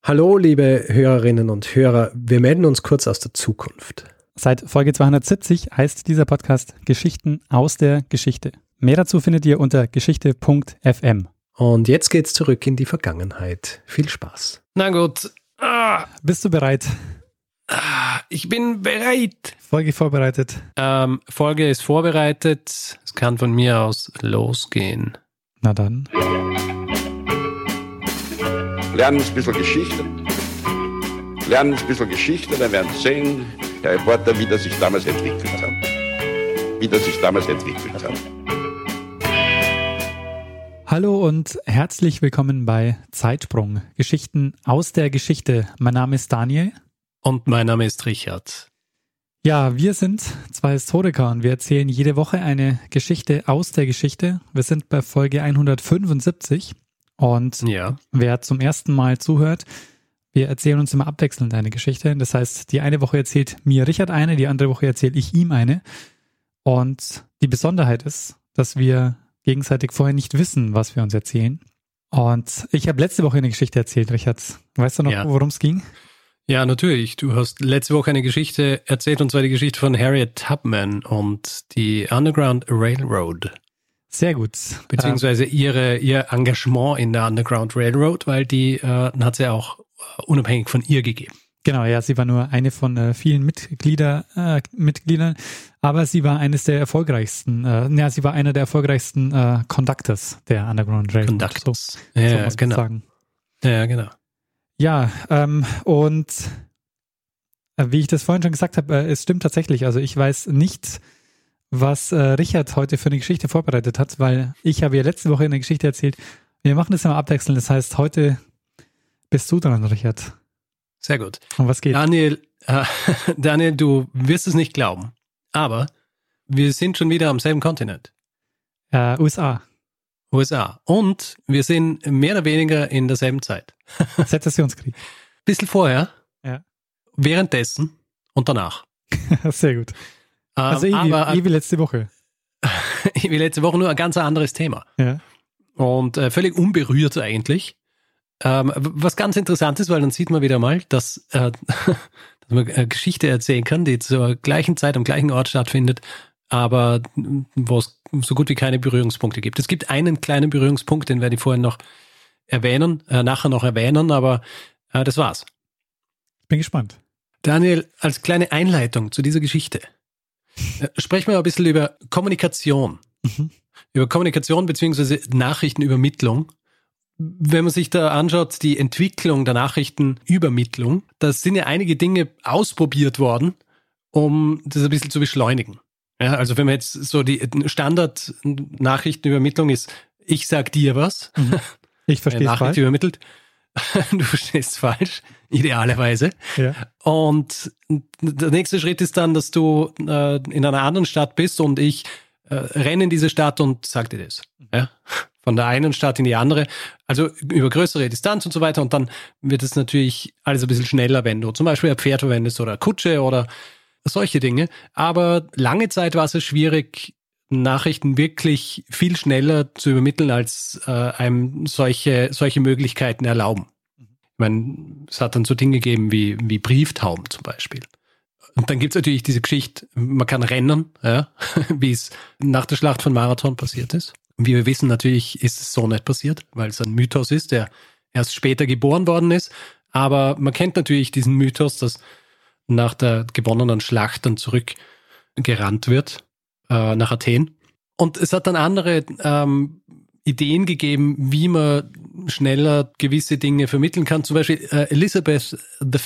Hallo, liebe Hörerinnen und Hörer, wir melden uns kurz aus der Zukunft. Seit Folge 270 heißt dieser Podcast Geschichten aus der Geschichte. Mehr dazu findet ihr unter geschichte.fm. Und jetzt geht's zurück in die Vergangenheit. Viel Spaß. Na gut. Bist du bereit? Ich bin bereit. Folge vorbereitet. Folge ist vorbereitet. Es kann von mir aus losgehen. Na dann. Lernen ein bisschen Geschichte. Lernen ein bisschen Geschichte, dann werden Sie sehen, der Reporter, wie das sich damals entwickelt hat. Hallo und herzlich willkommen bei Zeitsprung. Geschichten aus der Geschichte. Mein Name ist Daniel. Und mein Name ist Richard. Ja, wir sind zwei Historiker und wir erzählen jede Woche eine Geschichte aus der Geschichte. Wir sind bei Folge 175 und wer zum ersten Mal zuhört, wir erzählen uns immer abwechselnd eine Geschichte. Das heißt, die eine Woche erzählt mir Richard eine, die andere Woche erzähle ich ihm eine. Und die Besonderheit ist, dass wir gegenseitig vorher nicht wissen, was wir uns erzählen. Und ich habe letzte Woche eine Geschichte erzählt, Richard. Weißt du noch, worum es ging? Ja, natürlich. Du hast letzte Woche eine Geschichte erzählt, und zwar die Geschichte von Harriet Tubman und die Underground Railroad. Sehr gut. Beziehungsweise ihr Engagement in der Underground Railroad, weil die hat sie auch unabhängig von ihr gegeben. Genau, ja, sie war nur eine von vielen Mitgliedern, aber sie war eines der erfolgreichsten, sie war einer der erfolgreichsten Conductors der Underground Railroad. Conductors. So muss man sagen. Ja, genau. Ja, und wie ich das vorhin schon gesagt habe, es stimmt tatsächlich. Also ich weiß nicht, was Richard heute für eine Geschichte vorbereitet hat, weil ich habe ja letzte Woche eine Geschichte erzählt. Wir machen das immer abwechselnd. Das heißt, heute bist du dran, Richard. Sehr gut. Um was geht? Daniel, du wirst es nicht glauben, aber wir sind schon wieder am selben Kontinent. USA. Und wir sind mehr oder weniger in derselben Zeit. Sezessionskrieg. Bisschen vorher, ja. Währenddessen und danach. Sehr gut. Also wie letzte Woche. Wie letzte Woche, nur ein ganz anderes Thema. Ja. Und völlig unberührt eigentlich. Was ganz interessant ist, weil dann sieht man wieder mal, dass man eine Geschichte erzählen kann, die zur gleichen Zeit am gleichen Ort stattfindet, aber wo es so gut wie keine Berührungspunkte gibt. Es gibt einen kleinen Berührungspunkt, den werde ich vorhin noch nachher noch erwähnen, aber das war's. Bin gespannt. Daniel, als kleine Einleitung zu dieser Geschichte, sprechen wir ein bisschen über Kommunikation. Über Kommunikation bzw. Nachrichtenübermittlung. Wenn man sich da anschaut, die Entwicklung der Nachrichtenübermittlung, da sind ja einige Dinge ausprobiert worden, um das ein bisschen zu beschleunigen. Ja, also wenn man jetzt so die Standard-Nachrichtenübermittlung ist, ich sag dir was. Ich verstehe es falsch. Übermittelt. Du verstehst falsch, idealerweise. Ja. Und der nächste Schritt ist dann, dass du in einer anderen Stadt bist und ich renne in diese Stadt und sag dir das. Ja? Von der einen Stadt in die andere, also über größere Distanz und so weiter. Und dann wird es natürlich alles ein bisschen schneller, wenn du zum Beispiel ein Pferd verwendest oder eine Kutsche oder solche Dinge. Aber lange Zeit war es schwierig, Nachrichten wirklich viel schneller zu übermitteln, als einem solche Möglichkeiten erlauben. Ich meine, es hat dann so Dinge gegeben wie Brieftauben zum Beispiel. Und dann gibt es natürlich diese Geschichte, man kann rennen, ja, wie es nach der Schlacht von Marathon passiert ist. Und wie wir wissen, natürlich ist es so nicht passiert, weil es ein Mythos ist, der erst später geboren worden ist. Aber man kennt natürlich diesen Mythos, dass nach der gewonnenen Schlacht dann zurückgerannt wird nach Athen. Und es hat dann andere Ideen gegeben, wie man schneller gewisse Dinge vermitteln kann. Zum Beispiel Elizabeth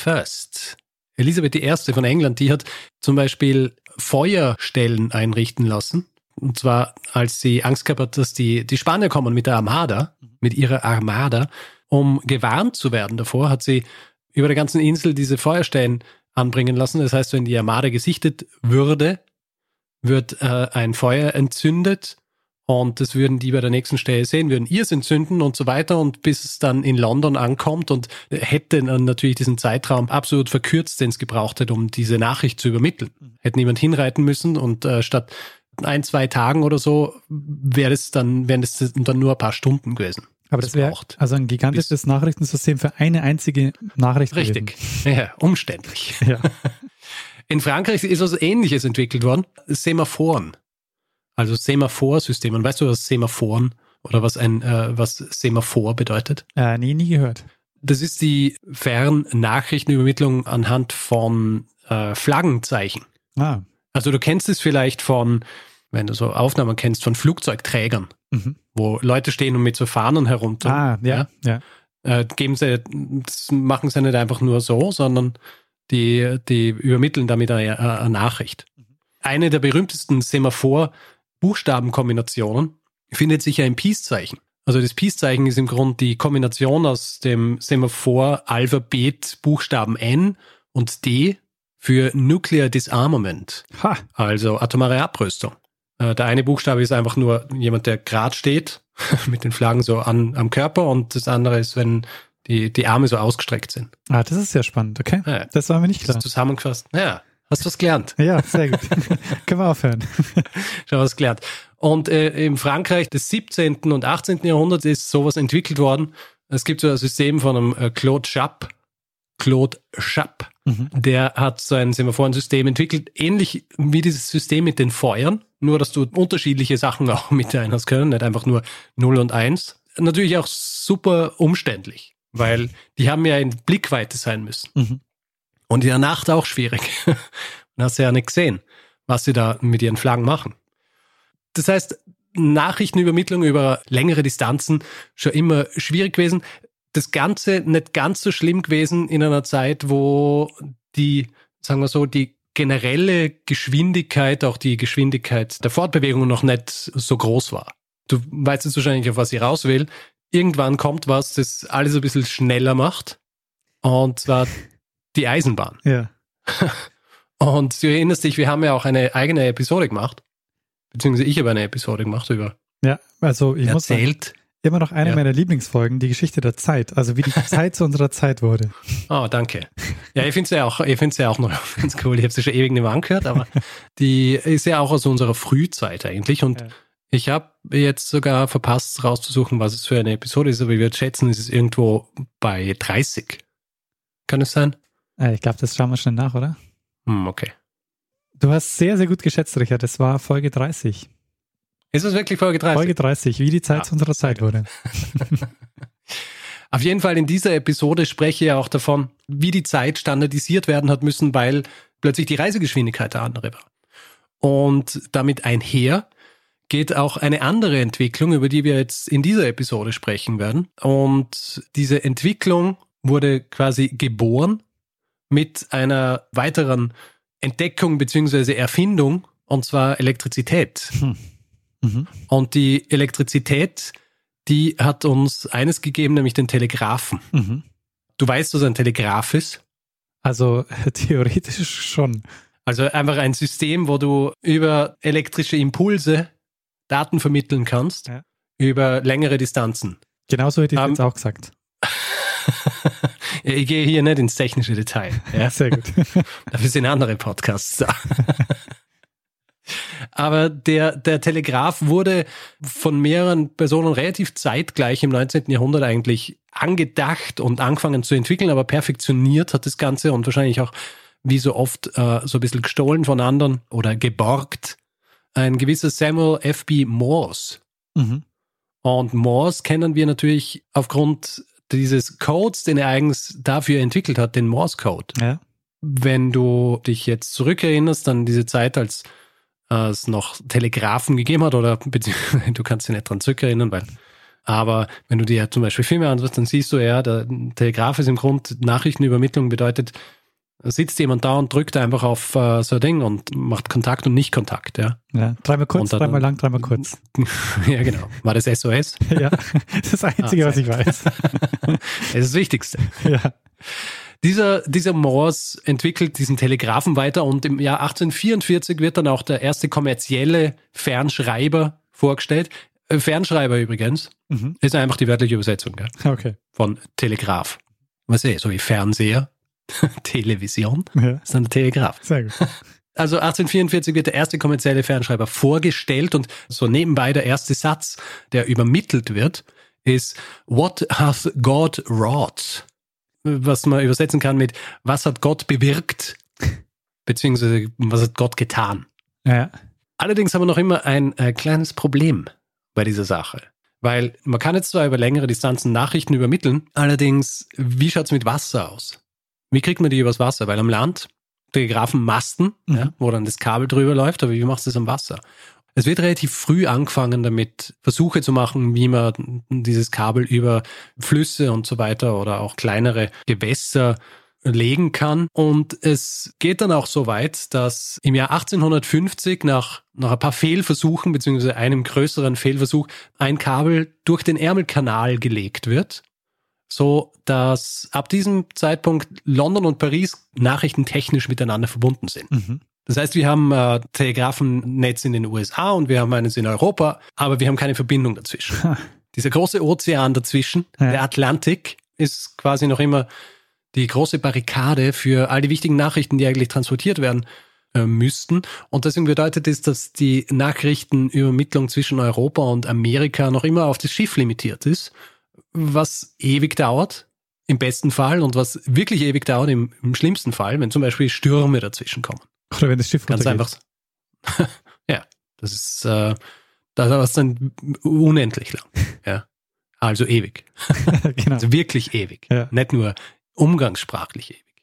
I. von England, die hat zum Beispiel Feuerstellen einrichten lassen. Und zwar, als sie Angst gehabt hat, dass die Spanier kommen mit ihrer Armada. Um gewarnt zu werden davor, hat sie über der ganzen Insel diese Feuerstellen anbringen lassen. Das heißt, wenn die Armada gesichtet würde, wird ein Feuer entzündet und das würden die bei der nächsten Stelle sehen, würden ihr es entzünden und so weiter, und bis es dann in London ankommt, und hätte dann natürlich diesen Zeitraum absolut verkürzt, den es gebraucht hätte, um diese Nachricht zu übermitteln. Hätte niemand hinreiten müssen, und statt 1-2 Tagen oder so wären es dann nur ein paar Stunden gewesen. Aber das wäre also ein gigantisches Nachrichtensystem für eine einzige Nachricht. Richtig, ja, umständlich. Ja. In Frankreich ist was Ähnliches entwickelt worden, Semaphoren. Also Semaphorsysteme. Weißt du, was Semaphoren oder was Semaphor bedeutet? Nee, nie gehört. Das ist die Fernnachrichtenübermittlung anhand von Flaggenzeichen. Ah. Also du kennst es vielleicht von, wenn du so Aufnahmen kennst, von Flugzeugträgern, wo Leute stehen und mit so Fahnen herunter. Ah, ja. Das machen sie nicht einfach nur so, sondern die übermitteln damit eine Nachricht. Eine der berühmtesten Semaphor-Buchstabenkombinationen findet sich ja im Peace-Zeichen. Also das Peace-Zeichen ist im Grunde die Kombination aus dem Semaphor-Alphabet Buchstaben N und D für Nuclear Disarmament, also atomare Abrüstung. Der eine Buchstabe ist einfach nur jemand, der gerade steht, mit den Flaggen so am Körper, und das andere ist, wenn die Arme so ausgestreckt sind. Ah, das ist sehr spannend, okay. Ja, das war mir nicht klar. Das ist zusammengefasst. Ja, hast du was gelernt? Ja, sehr gut. Können wir aufhören. Schon was gelernt. Und im Frankreich des 17. und 18. Jahrhunderts ist sowas entwickelt worden. Es gibt so ein System von einem Claude Chappe. Der hat so ein Semaphorensystem entwickelt, ähnlich wie dieses System mit den Feuern, nur dass du unterschiedliche Sachen auch mit ein hast können, nicht einfach nur 0 und 1. Natürlich auch super umständlich, weil die haben ja in Blickweite sein müssen. Und in der Nacht auch schwierig. Und hast ja nicht gesehen, was sie da mit ihren Flaggen machen. Das heißt, Nachrichtenübermittlung über längere Distanzen schon immer schwierig gewesen. Das Ganze nicht ganz so schlimm gewesen in einer Zeit, wo die generelle Geschwindigkeit, auch die Geschwindigkeit der Fortbewegung noch nicht so groß war. Du weißt jetzt wahrscheinlich, auf was ich raus will. Irgendwann kommt was, das alles ein bisschen schneller macht. Und zwar die Eisenbahn. Ja. Und du erinnerst dich, wir haben ja auch eine eigene Episode gemacht. Beziehungsweise ich habe eine Episode gemacht über. Ja, also ich muss sagen, immer noch eine meiner Lieblingsfolgen, die Geschichte der Zeit. Also wie die Zeit zu unserer Zeit wurde. Oh, danke. Ja, ich finde es ja auch noch ganz cool. Ich habe sie schon ewig nicht mehr angehört, aber die ist ja auch aus unserer Frühzeit eigentlich. Und ich habe jetzt sogar verpasst, rauszusuchen, was es für eine Episode ist, aber ich würde schätzen, es ist irgendwo bei 30. Kann es sein? Ich glaube, das schauen wir schnell nach, oder? Okay. Du hast sehr, sehr gut geschätzt, Richard. Das war Folge 30. Ist es wirklich Folge 30? Folge 30, wie die Zeit zu unserer Zeit wurde. Auf jeden Fall in dieser Episode spreche ich auch davon, wie die Zeit standardisiert werden hat müssen, weil plötzlich die Reisegeschwindigkeit eine andere war. Und damit einher geht auch eine andere Entwicklung, über die wir jetzt in dieser Episode sprechen werden. Und diese Entwicklung wurde quasi geboren mit einer weiteren Entdeckung bzw. Erfindung, und zwar Elektrizität. Und die Elektrizität, die hat uns eines gegeben, nämlich den Telegraphen. Du weißt, was ein Telegraph ist? Also theoretisch schon. Also einfach ein System, wo du über elektrische Impulse Daten vermitteln kannst, über längere Distanzen. Genauso hätte ich jetzt auch gesagt. Ich gehe hier nicht ins technische Detail. Ja? Sehr gut. Dafür sind andere Podcasts da. Aber der Telegraph wurde von mehreren Personen relativ zeitgleich im 19. Jahrhundert eigentlich angedacht und angefangen zu entwickeln, aber perfektioniert hat das Ganze und wahrscheinlich auch, wie so oft, so ein bisschen gestohlen von anderen oder geborgt, ein gewisser Samuel F.B. Morse. Und Morse kennen wir natürlich aufgrund dieses Codes, den er eigens dafür entwickelt hat, den Morse-Code. Ja. Wenn du dich jetzt zurückerinnerst an diese Zeit, als es noch Telegraphen gegeben hat, oder beziehungsweise du kannst dich nicht dran zurückerinnern, aber wenn du dir zum Beispiel Filme anschaust, dann siehst du ja, der Telegraph ist im Grunde Nachrichtenübermittlung, bedeutet, da sitzt jemand da und drückt einfach auf so ein Ding und macht Kontakt und nicht Kontakt. Ja, dreimal kurz, dann, dreimal lang, dreimal kurz. Ja, genau. War das SOS? Ja, das Einzige, was ich weiß. Das ist das Wichtigste. Ja. Dieser Morse entwickelt diesen Telegraphen weiter und im Jahr 1844 wird dann auch der erste kommerzielle Fernschreiber vorgestellt. Fernschreiber übrigens ist einfach die wörtliche Übersetzung, gell? Okay. Von Telegraph. Was so wie Fernseher, Television, ist dann der Telegraph. Sehr gut. Also 1844 wird der erste kommerzielle Fernschreiber vorgestellt und so nebenbei der erste Satz, der übermittelt wird, ist What hath God wrought? Was man übersetzen kann mit was hat Gott bewirkt? Beziehungsweise was hat Gott getan? Ja. Allerdings haben wir noch immer ein kleines Problem bei dieser Sache. Weil man kann jetzt zwar über längere Distanzen Nachrichten übermitteln, allerdings, wie schaut es mit Wasser aus? Wie kriegt man die übers Wasser? Weil am Land Telegrafenmasten, wo dann das Kabel drüber läuft, aber wie machst du das am Wasser? Es wird relativ früh angefangen damit, Versuche zu machen, wie man dieses Kabel über Flüsse und so weiter oder auch kleinere Gewässer legen kann. Und es geht dann auch so weit, dass im Jahr 1850 nach ein paar Fehlversuchen, beziehungsweise einem größeren Fehlversuch, ein Kabel durch den Ärmelkanal gelegt wird, so dass ab diesem Zeitpunkt London und Paris nachrichtentechnisch miteinander verbunden sind. Mhm. Das heißt, wir haben Telegrafennetz in den USA und wir haben eines in Europa, aber wir haben keine Verbindung dazwischen. Dieser große Ozean dazwischen, der Atlantik, ist quasi noch immer die große Barrikade für all die wichtigen Nachrichten, die eigentlich transportiert werden müssten. Und deswegen bedeutet es, dass die Nachrichtenübermittlung zwischen Europa und Amerika noch immer auf das Schiff limitiert ist, was ewig dauert, im besten Fall, und was wirklich ewig dauert im schlimmsten Fall, wenn zum Beispiel Stürme dazwischen kommen. Oder wenn das Schiff ganz einfach. Ja, das ist da dauert es dann unendlich lang. Ja, also ewig. Genau. Also wirklich ewig. Ja. Nicht nur umgangssprachlich ewig.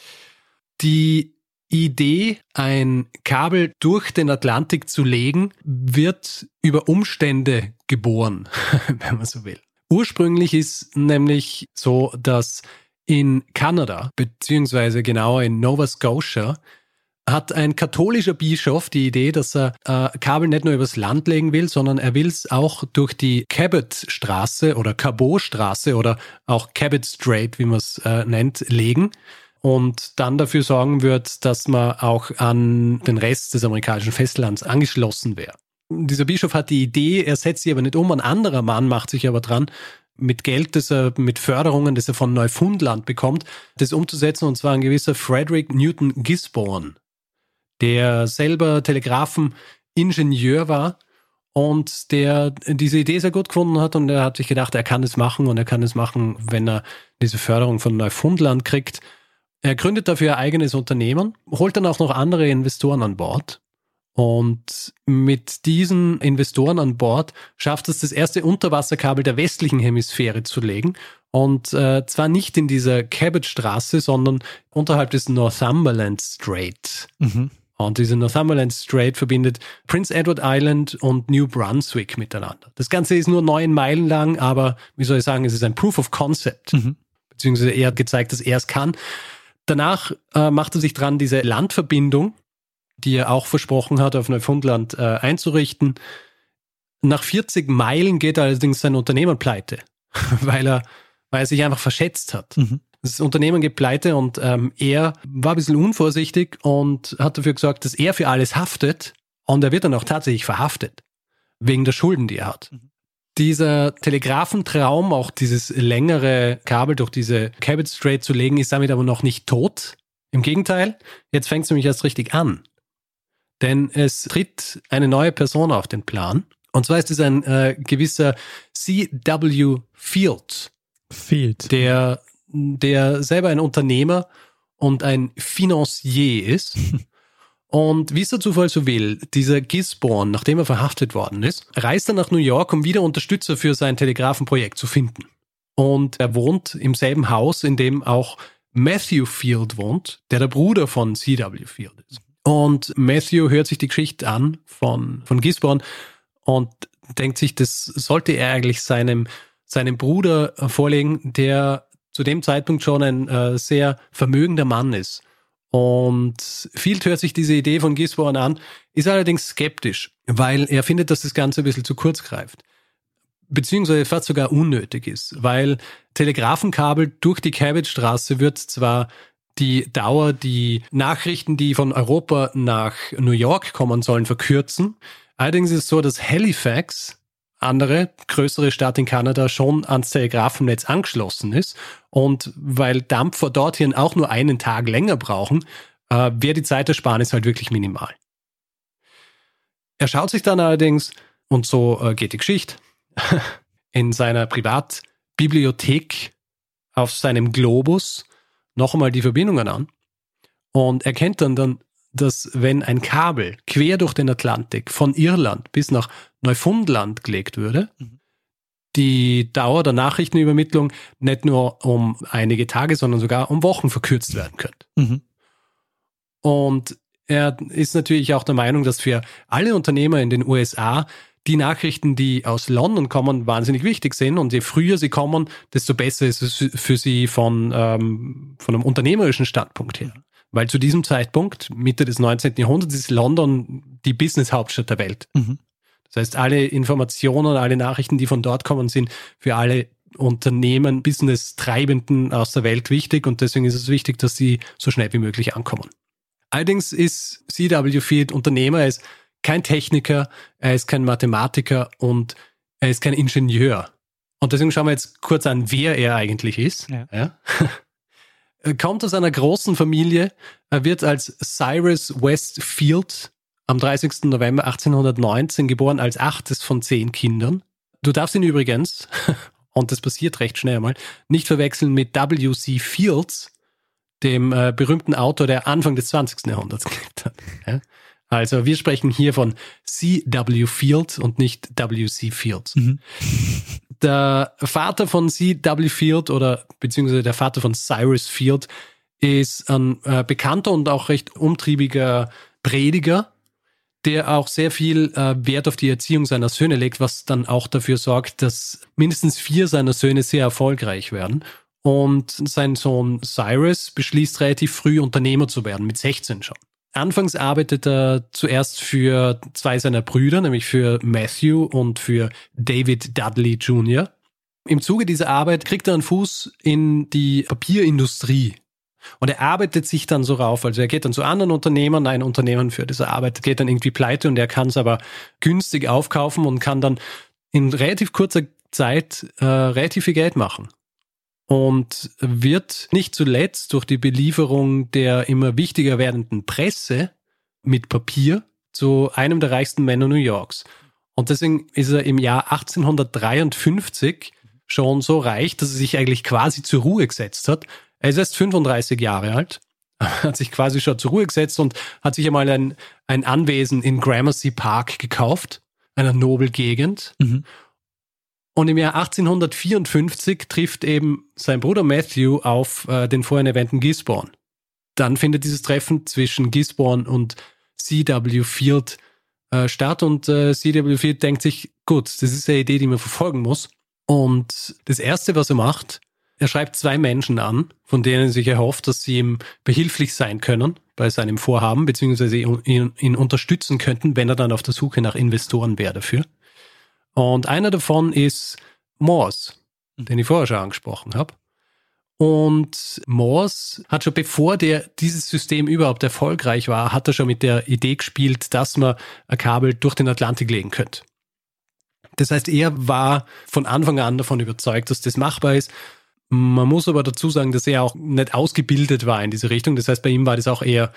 Die Idee, ein Kabel durch den Atlantik zu legen, wird über Umstände geboren, wenn man so will. Ursprünglich ist nämlich so, dass in Kanada, beziehungsweise genauer in Nova Scotia, hat ein katholischer Bischof die Idee, dass er Kabel nicht nur übers Land legen will, sondern er will es auch durch die Cabot-Straße oder Cabot-Straße oder auch Cabot Strait, wie man es nennt, legen und dann dafür sorgen wird, dass man auch an den Rest des amerikanischen Festlands angeschlossen wäre. Dieser Bischof hat die Idee, er setzt sie aber nicht um, ein anderer Mann macht sich aber dran, mit Geld, das er mit Förderungen, das er von Neufundland bekommt, das umzusetzen, und zwar ein gewisser Frederick Newton Gisborne, der selber Telegrafeningenieur war und der diese Idee sehr gut gefunden hat, und er hat sich gedacht, er kann es machen, und er kann es machen, wenn er diese Förderung von Neufundland kriegt. Er gründet dafür ein eigenes Unternehmen, holt dann auch noch andere Investoren an Bord, und mit diesen Investoren an Bord schafft es, das erste Unterwasserkabel der westlichen Hemisphäre zu legen, und zwar nicht in dieser Cabot-Straße, sondern unterhalb des Northumberland Strait. Mhm. Und diese Northumberland Strait verbindet Prince Edward Island und New Brunswick miteinander. Das Ganze ist nur 9 Meilen lang, aber wie soll ich sagen, es ist ein Proof of Concept. Mhm. Beziehungsweise er hat gezeigt, dass er es kann. Danach macht er sich dran, diese Landverbindung, die er auch versprochen hat, auf Neufundland einzurichten. Nach 40 Meilen geht allerdings sein Unternehmen pleite, weil er sich einfach verschätzt hat. Mhm. Das Unternehmen geht pleite, und er war ein bisschen unvorsichtig und hat dafür gesorgt, dass er für alles haftet, und er wird dann auch tatsächlich verhaftet, wegen der Schulden, die er hat. Mhm. Dieser Telegrafentraum, auch dieses längere Kabel durch diese Cabot Strait zu legen, ist damit aber noch nicht tot. Im Gegenteil, jetzt fängt es nämlich erst richtig an. Denn es tritt eine neue Person auf den Plan. Und zwar ist es ein gewisser C.W. Field. Der selber ein Unternehmer und ein Financier ist. Und wie es der Zufall so will, dieser Gisborne, nachdem er verhaftet worden ist, reist er nach New York, um wieder Unterstützer für sein Telegrafenprojekt zu finden. Und er wohnt im selben Haus, in dem auch Matthew Field wohnt, der Bruder von C.W. Field ist. Und Matthew hört sich die Geschichte an von Gisborne und denkt sich, das sollte er eigentlich seinem Bruder vorlegen, der zu dem Zeitpunkt schon ein sehr vermögender Mann ist. Und Field hört sich diese Idee von Gisborne an, ist allerdings skeptisch, weil er findet, dass das Ganze ein bisschen zu kurz greift. Beziehungsweise fast sogar unnötig ist, weil Telegrafenkabel durch die Cabot-Straße wird zwar die Dauer, die Nachrichten, die von Europa nach New York kommen sollen, verkürzen. Allerdings ist es so, dass Halifax, andere größere Stadt in Kanada, schon ans Telegrafennetz angeschlossen ist. Und weil Dampfer dorthin auch nur einen Tag länger brauchen, wäre die Zeitersparnis halt wirklich minimal. Er schaut sich dann allerdings, und so geht die Geschichte, in seiner Privatbibliothek auf seinem Globus noch einmal die Verbindungen an und erkennt dann, dass wenn ein Kabel quer durch den Atlantik von Irland bis nach Neufundland gelegt würde, die Dauer der Nachrichtenübermittlung nicht nur um einige Tage, sondern sogar um Wochen verkürzt werden könnte. Mhm. Und er ist natürlich auch der Meinung, dass für alle Unternehmer in den USA die Nachrichten, die aus London kommen, wahnsinnig wichtig sind. Und je früher sie kommen, desto besser ist es für sie von einem unternehmerischen Standpunkt her. Weil zu diesem Zeitpunkt, Mitte des 19. Jahrhunderts, ist London die Business-Hauptstadt der Welt. Mhm. Das heißt, alle Informationen, alle Nachrichten, die von dort kommen, sind für alle Unternehmen, Business-Treibenden aus der Welt wichtig. Und deswegen ist es wichtig, dass sie so schnell wie möglich ankommen. Allerdings ist C.W. Field Unternehmer, er ist kein Techniker, er ist kein Mathematiker und er ist kein Ingenieur. Und deswegen schauen wir jetzt kurz an, wer er eigentlich ist. Ja. Er kommt aus einer großen Familie, er wird als Cyrus West Field am 30. November 1819 geboren, als 8. von 10 Kindern. Du darfst ihn übrigens, und das passiert recht schnell einmal, nicht verwechseln mit W.C. Fields, dem berühmten Autor, der Anfang des 20. Jahrhunderts gelebt hat. Ja? Also wir sprechen hier von C.W. Field und nicht W.C. Fields. Mhm. Der Vater von C.W. Field beziehungsweise der Vater von Cyrus Field ist ein bekannter und auch recht umtriebiger Prediger, der auch sehr viel Wert auf die Erziehung seiner Söhne legt, was dann auch dafür sorgt, dass mindestens 4 seiner Söhne sehr erfolgreich werden. Und sein Sohn Cyrus beschließt relativ früh, Unternehmer zu werden, mit 16 schon. Anfangs arbeitet er zuerst für 2 seiner Brüder, nämlich für Matthew und für David Dudley Jr. Im Zuge dieser Arbeit kriegt er einen Fuß in die Papierindustrie. Und er arbeitet sich dann so rauf. Also er geht dann zu anderen Unternehmern, ein Unternehmen für diese Arbeit geht dann irgendwie pleite und er kann es aber günstig aufkaufen und kann dann in relativ kurzer Zeit relativ viel Geld machen. Und wird nicht zuletzt durch die Belieferung der immer wichtiger werdenden Presse mit Papier zu einem der reichsten Männer New Yorks. Und deswegen ist er im Jahr 1853 schon so reich, dass er sich eigentlich quasi zur Ruhe gesetzt hat. Er ist erst 35 Jahre alt, hat sich quasi schon zur Ruhe gesetzt und hat sich einmal ein Anwesen in Gramercy Park gekauft, einer Nobelgegend. Mhm. Und im Jahr 1854 trifft eben sein Bruder Matthew auf den vorhin erwähnten Gisborne. Dann findet dieses Treffen zwischen Gisborne und C.W. Field statt und C.W. Field denkt sich, gut, das ist eine Idee, die man verfolgen muss. Und das Erste, was er macht, er schreibt 2 Menschen an, von denen er sich erhofft, dass sie ihm behilflich sein können bei seinem Vorhaben, beziehungsweise ihn unterstützen könnten, wenn er dann auf der Suche nach Investoren wäre dafür. Und einer davon ist Morse, den ich vorher schon angesprochen habe. Und Morse hat schon bevor dieses System überhaupt erfolgreich war, hat er schon mit der Idee gespielt, dass man ein Kabel durch den Atlantik legen könnte. Das heißt, er war von Anfang an davon überzeugt, dass das machbar ist. Man muss aber dazu sagen, dass er auch nicht ausgebildet war in diese Richtung. Das heißt, bei ihm war das auch eher,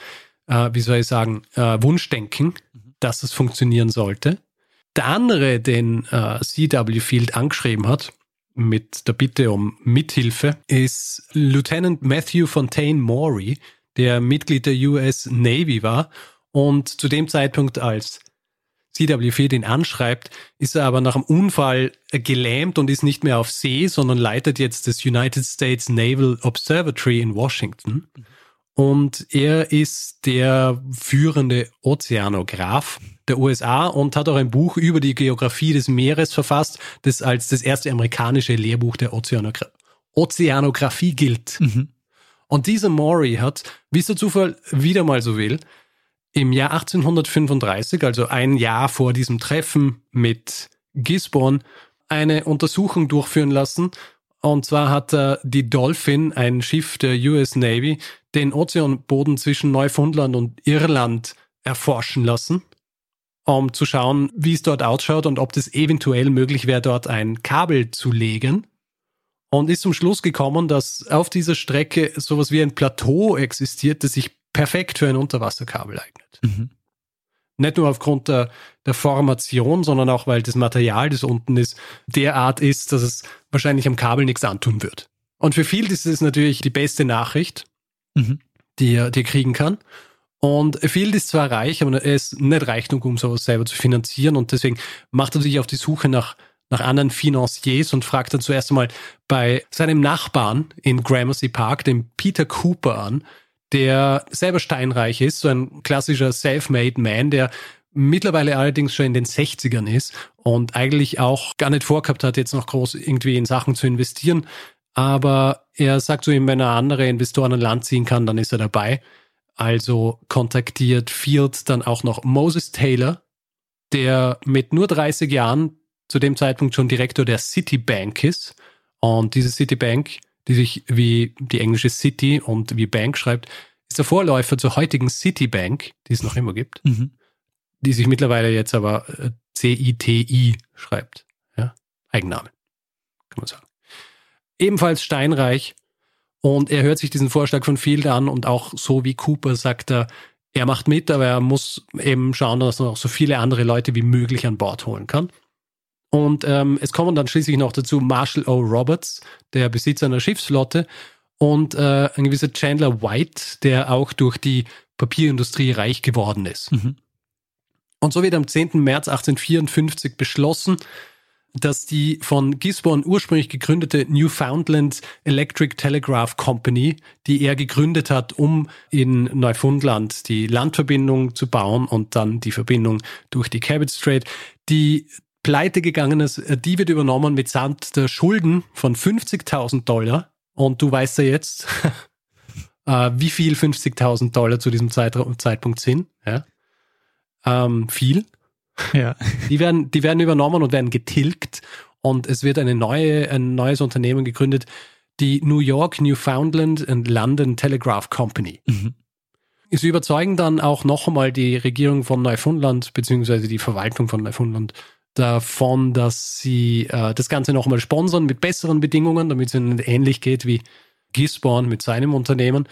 Wunschdenken, dass es funktionieren sollte. Der andere, den C.W. Field angeschrieben hat, mit der Bitte um Mithilfe, ist Lieutenant Matthew Fontaine Maury, der Mitglied der US Navy war und zu dem Zeitpunkt, als C.W. Field ihn anschreibt, ist er aber nach einem Unfall gelähmt und ist nicht mehr auf See, sondern leitet jetzt das United States Naval Observatory in Washington. Und er ist der führende Ozeanograph der USA und hat auch ein Buch über die Geografie des Meeres verfasst, das als das erste amerikanische Lehrbuch der Ozeanographie gilt. Mhm. Und dieser Maury hat, wie es der Zufall wieder mal so will, im Jahr 1835, also ein Jahr vor diesem Treffen mit Gisborne, eine Untersuchung durchführen lassen. Und zwar hat die Dolphin, ein Schiff der US Navy, den Ozeanboden zwischen Neufundland und Irland erforschen lassen, um zu schauen, wie es dort ausschaut und ob das eventuell möglich wäre, dort ein Kabel zu legen. Und ist zum Schluss gekommen, dass auf dieser Strecke sowas wie ein Plateau existiert, das sich perfekt für ein Unterwasserkabel eignet. Mhm. Nicht nur aufgrund der Formation, sondern auch, weil das Material, das unten ist, derart ist, dass es wahrscheinlich am Kabel nichts antun wird. Und für Field ist es natürlich die beste Nachricht, die er kriegen kann. Und Field ist zwar reich, aber er ist nicht reich genug, um sowas selber zu finanzieren. Und deswegen macht er sich auf die Suche nach anderen Financiers und fragt dann zuerst einmal bei seinem Nachbarn in Gramercy Park, dem Peter Cooper, an, der selber steinreich ist, so ein klassischer Self-Made Man, der mittlerweile allerdings schon in den 60ern ist und eigentlich auch gar nicht vorgehabt hat, jetzt noch groß irgendwie in Sachen zu investieren. Aber er sagt zu ihm, wenn er andere Investoren an Land ziehen kann, dann ist er dabei. Also kontaktiert Field dann auch noch Moses Taylor, der mit nur 30 Jahren zu dem Zeitpunkt schon Direktor der Citibank ist. Und diese Citibank, die sich wie die englische City und wie Bank schreibt, ist der Vorläufer zur heutigen Citibank, die es noch immer gibt, die sich mittlerweile jetzt aber CITI schreibt. Ja? Eigenname, kann man sagen. Ebenfalls steinreich, und er hört sich diesen Vorschlag von Field an und auch so wie Cooper sagt er macht mit, aber er muss eben schauen, dass er noch so viele andere Leute wie möglich an Bord holen kann. Und es kommen dann schließlich noch dazu Marshall O. Roberts, der Besitzer einer Schiffsflotte, und ein gewisser Chandler White, der auch durch die Papierindustrie reich geworden ist. Und so wird am 10. März 1854 beschlossen, dass die von Gisborne ursprünglich gegründete Newfoundland Electric Telegraph Company, die er gegründet hat, um in Neufundland die Landverbindung zu bauen und dann die Verbindung durch die Cabot Strait, die pleite gegangen ist, die wird übernommen mitsamt der Schulden von $50.000. Und du weißt ja jetzt, wie viel $50.000 zu diesem Zeitpunkt sind. Ja? Viel. Ja. Die werden übernommen und werden getilgt, und es wird ein neues Unternehmen gegründet, die New York, Newfoundland and London Telegraph Company. Sie überzeugen dann auch noch einmal die Regierung von Neufundland beziehungsweise die Verwaltung von Neufundland davon, dass sie das Ganze noch einmal sponsern mit besseren Bedingungen, damit es ihnen ähnlich geht wie Gisborne mit seinem Unternehmen.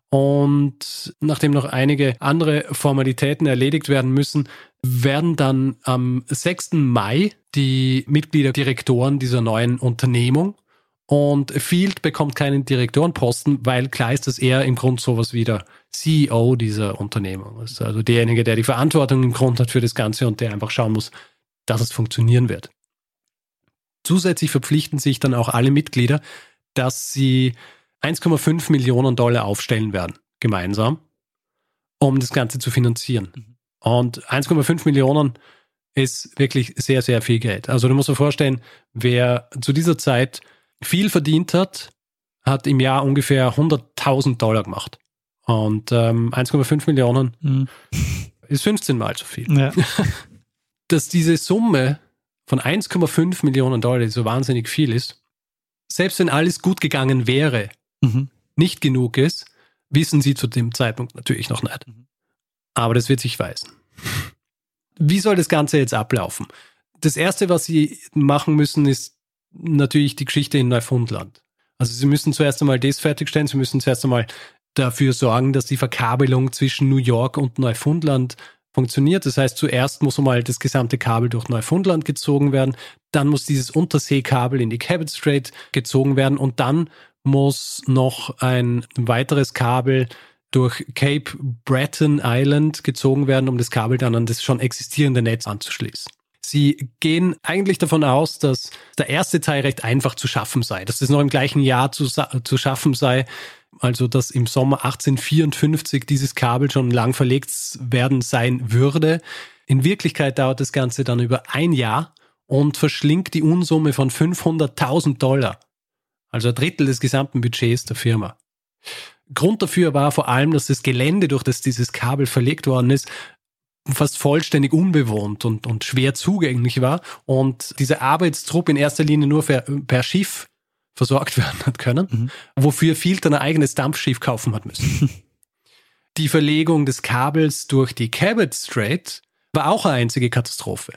Und nachdem noch einige andere Formalitäten erledigt werden müssen, werden dann am 6. Mai die Mitglieder Direktoren dieser neuen Unternehmung, und Field bekommt keinen Direktorenposten, weil klar ist, dass er im Grunde sowas wie der CEO dieser Unternehmung ist. Also derjenige, der die Verantwortung im Grunde hat für das Ganze und der einfach schauen muss, dass es funktionieren wird. Zusätzlich verpflichten sich dann auch alle Mitglieder, dass sie $1,5 Millionen aufstellen werden, gemeinsam, um das Ganze zu finanzieren. Und 1,5 Millionen ist wirklich sehr, sehr viel Geld. Also du musst dir vorstellen, wer zu dieser Zeit viel verdient hat, hat im Jahr ungefähr $100.000 gemacht. Und 1,5 Millionen ist 15 Mal so viel. Ja. Dass diese Summe von 1,5 Millionen $, die so wahnsinnig viel ist, selbst wenn alles gut gegangen wäre, nicht genug ist, wissen sie zu dem Zeitpunkt natürlich noch nicht. Aber das wird sich weisen. Wie soll das Ganze jetzt ablaufen? Das Erste, was sie machen müssen, ist natürlich die Geschichte in Neufundland. Also sie müssen zuerst einmal das fertigstellen, sie müssen zuerst einmal dafür sorgen, dass die Verkabelung zwischen New York und Neufundland funktioniert. Das heißt, zuerst muss einmal das gesamte Kabel durch Neufundland gezogen werden, dann muss dieses Unterseekabel in die Cabot Strait gezogen werden und dann muss noch ein weiteres Kabel durch Cape Breton Island gezogen werden, um das Kabel dann an das schon existierende Netz anzuschließen. Sie gehen eigentlich davon aus, dass der erste Teil recht einfach zu schaffen sei, dass das noch im gleichen Jahr zu schaffen sei, also dass im Sommer 1854 dieses Kabel schon lang verlegt werden sein würde. In Wirklichkeit dauert das Ganze dann über ein Jahr und verschlingt die Unsumme von $500.000, also ein Drittel des gesamten Budgets der Firma. Grund dafür war vor allem, dass das Gelände, durch das dieses Kabel verlegt worden ist, fast vollständig unbewohnt und schwer zugänglich war und dieser Arbeitstrupp in erster Linie nur per Schiff versorgt werden hat können, wofür Field dann ein eigenes Dampfschiff kaufen hat müssen. Die Verlegung des Kabels durch die Cabot Strait war auch eine einzige Katastrophe.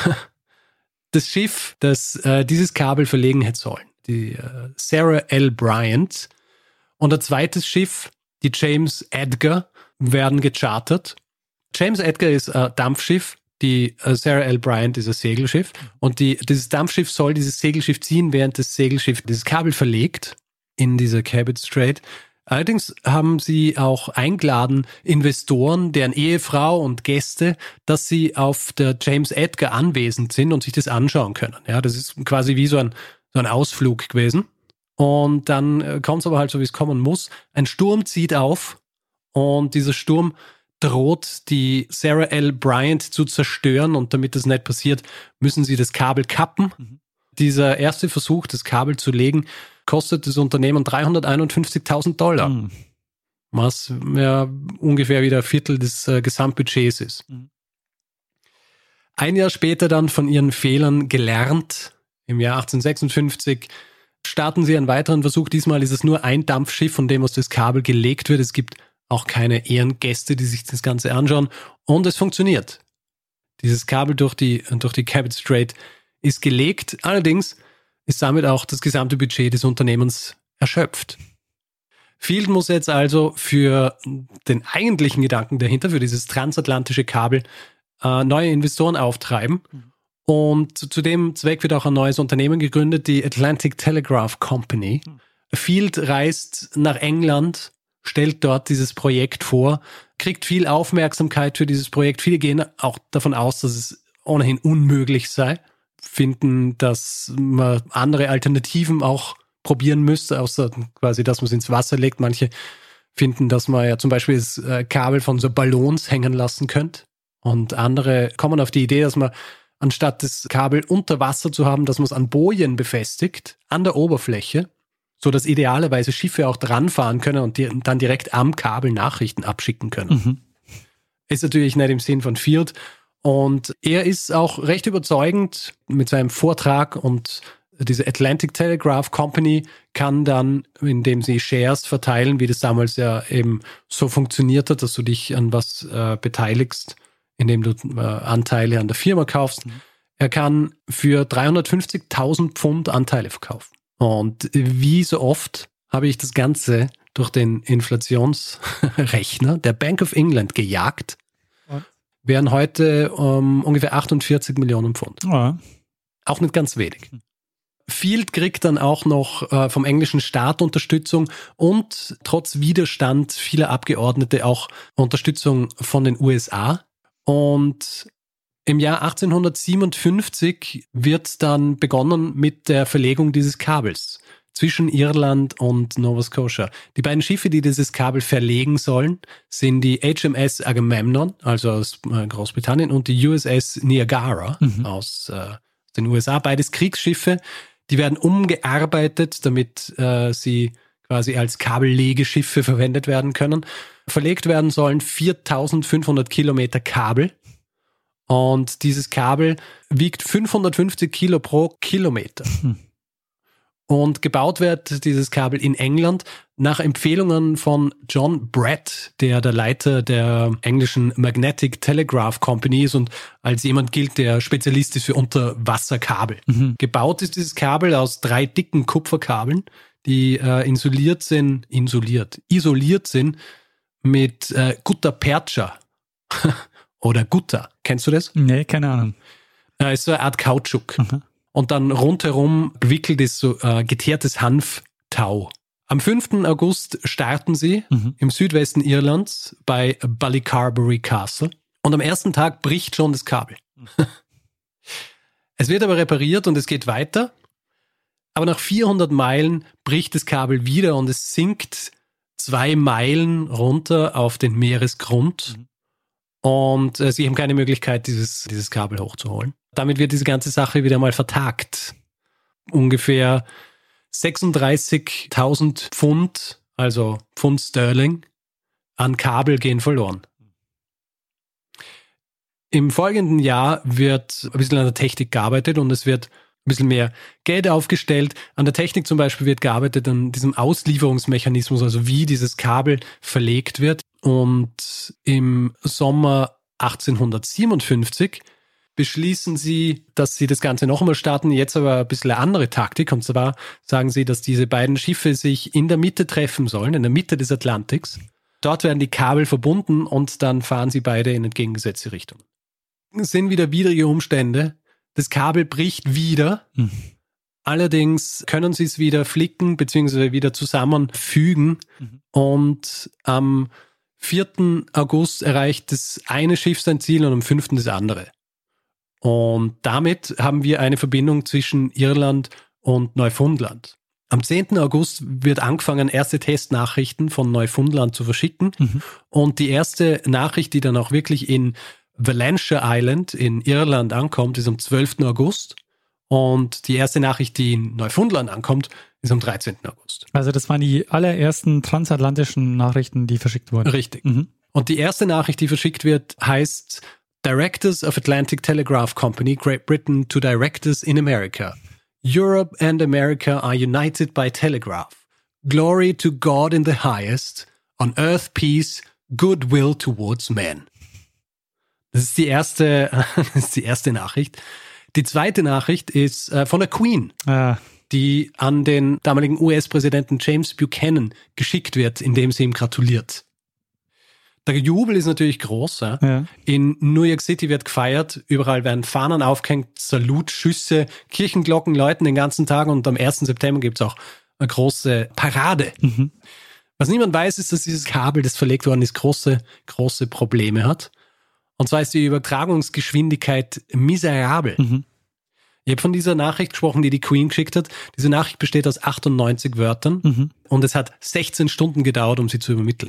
Das Schiff, das dieses Kabel verlegen hätte sollen, die Sarah L. Bryant, und ein zweites Schiff, die James Edgar, werden gechartert James Edgar ist ein Dampfschiff, die Sarah L. Bryant ist ein Segelschiff und dieses Dampfschiff soll dieses Segelschiff ziehen, während das Segelschiff dieses Kabel verlegt in diese Cabot Strait. Allerdings haben sie auch eingeladen Investoren, deren Ehefrau und Gäste, dass sie auf der James Edgar anwesend sind und sich das anschauen können. Ja, das ist quasi wie so ein Ausflug gewesen. Und dann kommt es aber halt so, wie es kommen muss. Ein Sturm zieht auf und dieser Sturm droht die Sarah L. Bryant zu zerstören und damit das nicht passiert, müssen sie das Kabel kappen. Dieser erste Versuch, das Kabel zu legen, kostet das Unternehmen $351.000, was ja ungefähr wieder ein Viertel des Gesamtbudgets ist. Ein Jahr später dann von ihren Fehlern gelernt, im Jahr 1856, starten sie einen weiteren Versuch. Diesmal ist es nur ein Dampfschiff, von dem aus das Kabel gelegt wird. Es gibt auch keine Ehrengäste, die sich das Ganze anschauen. Und es funktioniert. Dieses Kabel durch die Cabot Strait ist gelegt. Allerdings ist damit auch das gesamte Budget des Unternehmens erschöpft. Field muss jetzt also für den eigentlichen Gedanken dahinter, für dieses transatlantische Kabel, neue Investoren auftreiben. Und zu dem Zweck wird auch ein neues Unternehmen gegründet, die Atlantic Telegraph Company. Field reist nach England, stellt dort dieses Projekt vor, kriegt viel Aufmerksamkeit für dieses Projekt. Viele gehen auch davon aus, dass es ohnehin unmöglich sei, finden, dass man andere Alternativen auch probieren müsste, außer quasi, dass man es ins Wasser legt. Manche finden, dass man ja zum Beispiel das Kabel von so Ballons hängen lassen könnte. Und andere kommen auf die Idee, dass man anstatt das Kabel unter Wasser zu haben, dass man es an Bojen befestigt, an der Oberfläche, so dass idealerweise Schiffe auch dran fahren können und dann direkt am Kabel Nachrichten abschicken können. Ist natürlich nicht im Sinn von Field. Und er ist auch recht überzeugend mit seinem Vortrag und diese Atlantic Telegraph Company kann dann, indem sie Shares verteilen, wie das damals ja eben so funktioniert hat, dass du dich an was beteiligst, indem du Anteile an der Firma kaufst. Er kann für 350.000 Pfund Anteile verkaufen. Und wie so oft habe ich das Ganze durch den Inflationsrechner der Bank of England gejagt. Wären heute ungefähr 48 Millionen Pfund. Ja. Auch nicht ganz wenig. Field kriegt dann auch noch vom englischen Staat Unterstützung und trotz Widerstand vieler Abgeordnete auch Unterstützung von den USA. Und im Jahr 1857 wird dann begonnen mit der Verlegung dieses Kabels zwischen Irland und Nova Scotia. Die beiden Schiffe, die dieses Kabel verlegen sollen, sind die HMS Agamemnon, also aus Großbritannien, und die USS Niagara aus den USA. Beides Kriegsschiffe, die werden umgearbeitet, damit sie quasi als Kabellegeschiffe verwendet werden können. Verlegt werden sollen 4.500 Kilometer Kabel. Und dieses Kabel wiegt 550 Kilo pro Kilometer. Und gebaut wird dieses Kabel in England nach Empfehlungen von John Brett, der Leiter der englischen Magnetic Telegraph Company ist und als jemand gilt, der Spezialist ist für Unterwasserkabel. Gebaut ist dieses Kabel aus 3 dicken Kupferkabeln, die isoliert sind mit Gutta Percha. Oder Gutta. Kennst du das? Nee, keine Ahnung. Ist so eine Art Kautschuk. Und dann rundherum gewickelt ist so geteertes Hanftau. Am 5. August starten sie im Südwesten Irlands bei Ballycarbery Castle. Und am ersten Tag bricht schon das Kabel. Es wird aber repariert und es geht weiter. Aber nach 400 Meilen bricht das Kabel wieder und es sinkt 2 Meilen runter auf den Meeresgrund. Und sie haben keine Möglichkeit, dieses Kabel hochzuholen. Damit wird diese ganze Sache wieder mal vertagt. Ungefähr 36.000 Pfund, also Pfund Sterling, an Kabel gehen verloren. Im folgenden Jahr wird ein bisschen an der Technik gearbeitet und es wird ein bisschen mehr Geld aufgestellt. An der Technik zum Beispiel wird gearbeitet an diesem Auslieferungsmechanismus, also wie dieses Kabel verlegt wird. Und im Sommer 1857 beschließen sie, dass sie das Ganze noch einmal starten, jetzt aber ein bisschen eine andere Taktik. Und zwar sagen sie, dass diese beiden Schiffe sich in der Mitte treffen sollen, in der Mitte des Atlantiks. Dort werden die Kabel verbunden und dann fahren sie beide in entgegengesetzte Richtungen. Es sind wieder widrige Umstände. Das Kabel bricht wieder. Allerdings können sie es wieder flicken bzw. wieder zusammenfügen. Und am 4. August erreicht das eine Schiff sein Ziel und am 5. das andere. Und damit haben wir eine Verbindung zwischen Irland und Neufundland. Am 10. August wird angefangen, erste Testnachrichten von Neufundland zu verschicken. Und die erste Nachricht, die dann auch wirklich in Valentia Island in Irland ankommt, ist am 12. August. Und die erste Nachricht, die in Neufundland ankommt, ist am 13. August. Also das waren die allerersten transatlantischen Nachrichten, die verschickt wurden. Richtig. Und die erste Nachricht, die verschickt wird, heißt Directors of Atlantic Telegraph Company, Great Britain to Directors in America. Europe and America are united by telegraph. Glory to God in the highest. On earth peace, goodwill towards men. Das ist die erste Nachricht. Die zweite Nachricht ist von der Queen, die an den damaligen US-Präsidenten James Buchanan geschickt wird, indem sie ihm gratuliert. Der Jubel ist natürlich groß. Ja. In New York City wird gefeiert, überall werden Fahnen aufgehängt, Salutschüsse, Kirchenglocken läuten den ganzen Tag und am 1. September gibt es auch eine große Parade. Was niemand weiß, ist, dass dieses Kabel, das verlegt worden ist, große Probleme hat. Und zwar ist die Übertragungsgeschwindigkeit miserabel. Ich habe von dieser Nachricht gesprochen, die Queen geschickt hat. Diese Nachricht besteht aus 98 Wörtern und es hat 16 Stunden gedauert, um sie zu übermitteln.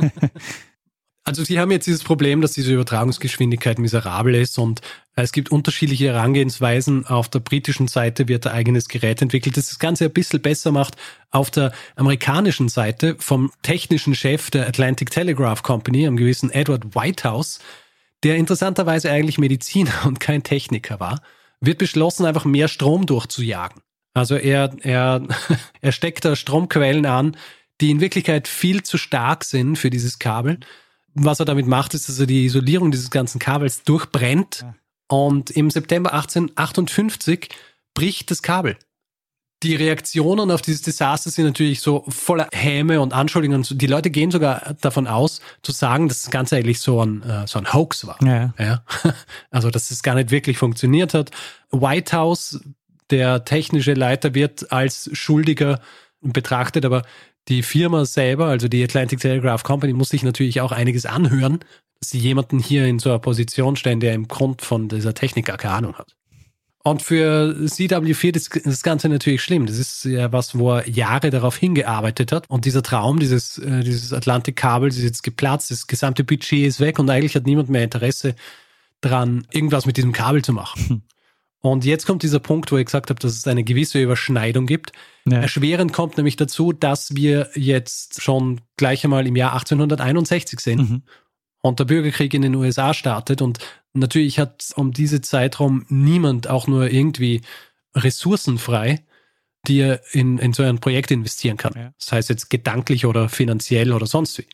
Also sie haben jetzt dieses Problem, dass diese Übertragungsgeschwindigkeit miserabel ist und es gibt unterschiedliche Herangehensweisen. Auf der britischen Seite wird ein eigenes Gerät entwickelt, das Ganze ein bisschen besser macht. Auf der amerikanischen Seite vom technischen Chef der Atlantic Telegraph Company, einem gewissen Edward Whitehouse, der interessanterweise eigentlich Mediziner und kein Techniker war, wird beschlossen, einfach mehr Strom durchzujagen. Also er steckt da Stromquellen an, die in Wirklichkeit viel zu stark sind für dieses Kabel. Was er damit macht, ist, dass er die Isolierung dieses ganzen Kabels durchbrennt und im September 1858 bricht das Kabel. Die Reaktionen auf dieses Desaster sind natürlich so voller Häme und Anschuldigungen. Die Leute gehen sogar davon aus, zu sagen, dass das Ganze eigentlich so ein Hoax war. Ja. Also, dass es gar nicht wirklich funktioniert hat. Whitehouse, der technische Leiter, wird als Schuldiger betrachtet, aber die Firma selber, also die Atlantic Telegraph Company, muss sich natürlich auch einiges anhören, dass sie jemanden hier in so einer Position stellen, der im Grund von dieser Technik gar keine Ahnung hat. Und für CW4 ist das Ganze natürlich schlimm. Das ist ja was, wo er Jahre darauf hingearbeitet hat. Und dieser Traum, dieses Atlantikkabel ist jetzt geplatzt, das gesamte Budget ist weg und eigentlich hat niemand mehr Interesse dran, irgendwas mit diesem Kabel zu machen. Und jetzt kommt dieser Punkt, wo ich gesagt habe, dass es eine gewisse Überschneidung gibt. Ja. Erschwerend kommt nämlich dazu, dass wir jetzt schon gleich einmal im Jahr 1861 sind und der Bürgerkrieg in den USA startet. Und natürlich hat um diese Zeitraum niemand auch nur irgendwie Ressourcen frei, die er in so ein Projekt investieren kann. Ja. Das heißt jetzt gedanklich oder finanziell oder sonst wie.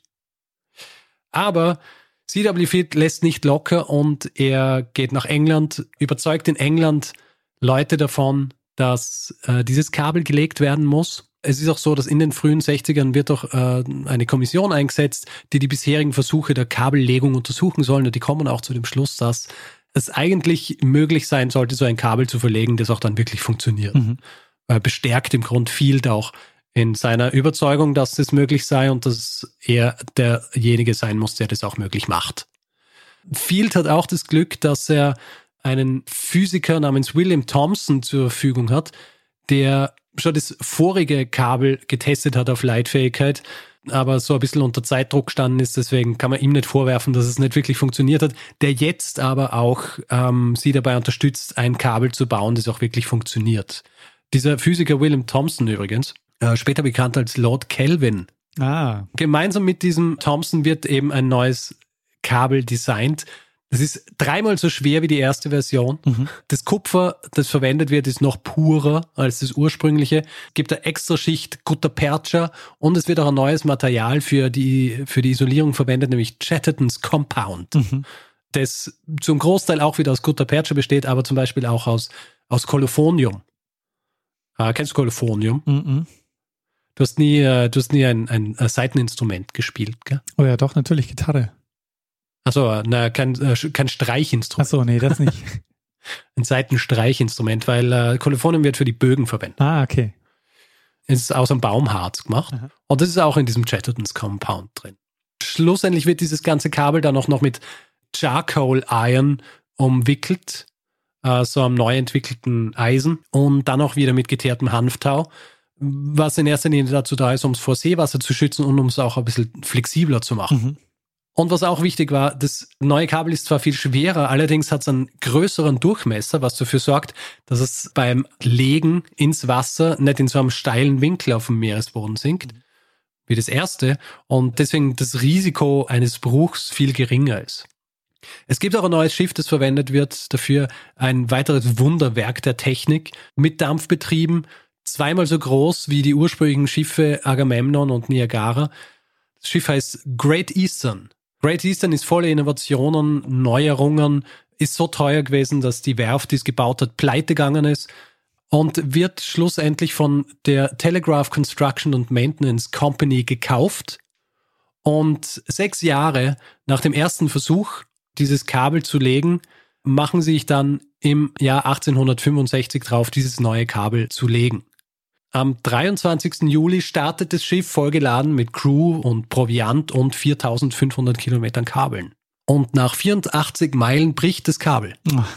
Aber CW4 lässt nicht locker und er geht nach England, überzeugt in England Leute davon, dass dieses Kabel gelegt werden muss. Es ist auch so, dass in den frühen 60ern wird auch eine Kommission eingesetzt, die die bisherigen Versuche der Kabellegung untersuchen sollen. Und die kommen auch zu dem Schluss, dass es eigentlich möglich sein sollte, so ein Kabel zu verlegen, das auch dann wirklich funktioniert. Bestärkt im Grund Field auch in seiner Überzeugung, dass das möglich sei und dass er derjenige sein muss, der das auch möglich macht. Field hat auch das Glück, dass er einen Physiker namens William Thomson zur Verfügung hat, der schon das vorige Kabel getestet hat auf Leitfähigkeit, aber so ein bisschen unter Zeitdruck gestanden ist, deswegen kann man ihm nicht vorwerfen, dass es nicht wirklich funktioniert hat, der jetzt aber auch sie dabei unterstützt, ein Kabel zu bauen, das auch wirklich funktioniert. Dieser Physiker William Thomson übrigens, später bekannt als Lord Kelvin. Gemeinsam mit diesem Thomson wird eben ein neues Kabel designt. Das ist 3-mal so schwer wie die erste Version. Das Kupfer, das verwendet wird, ist noch purer als das ursprüngliche. Es gibt eine extra Schicht Guttapercha und es wird auch ein neues Material für die Isolierung verwendet, nämlich Chatterton's Compound. Das zum Großteil auch wieder aus Guttapercha besteht, aber zum Beispiel auch aus Kolophonium. Kennst du Kolophonium? Du hast nie ein Saiteninstrument gespielt, gell? Oh ja, doch, natürlich, Gitarre. Achso, kein Streichinstrument. Achso, nee, das nicht. Ein Saitenstreichinstrument, weil Kolophonium wird für die Bögen verwendet. Ah, okay. Es ist aus einem Baumharz gemacht. Aha. Und das ist auch in diesem Chatterton's Compound drin. Schlussendlich wird dieses ganze Kabel dann auch noch mit Charcoal Iron umwickelt, so am neu entwickelten Eisen und dann auch wieder mit geteertem Hanftau, was in erster Linie dazu da ist, um es vor Seewasser zu schützen und um es auch ein bisschen flexibler zu machen. Mhm. Und was auch wichtig war, das neue Kabel ist zwar viel schwerer, allerdings hat es einen größeren Durchmesser, was dafür sorgt, dass es beim Legen ins Wasser nicht in so einem steilen Winkel auf dem Meeresboden sinkt, wie das erste, und deswegen das Risiko eines Bruchs viel geringer ist. Es gibt auch ein neues Schiff, das verwendet wird dafür, ein weiteres Wunderwerk der Technik, mit Dampf betrieben, zweimal so groß wie die ursprünglichen Schiffe Agamemnon und Niagara. Das Schiff heißt Great Eastern. Great Eastern ist voller Innovationen, Neuerungen, ist so teuer gewesen, dass die Werft, die es gebaut hat, pleite gegangen ist und wird schlussendlich von der Telegraph Construction and Maintenance Company gekauft. Und 6 Jahre nach dem ersten Versuch, dieses Kabel zu legen, machen sie sich dann im Jahr 1865 drauf, dieses neue Kabel zu legen. Am 23. Juli startet das Schiff vollgeladen mit Crew und Proviant und 4.500 Kilometern Kabeln. Und nach 84 Meilen bricht das Kabel.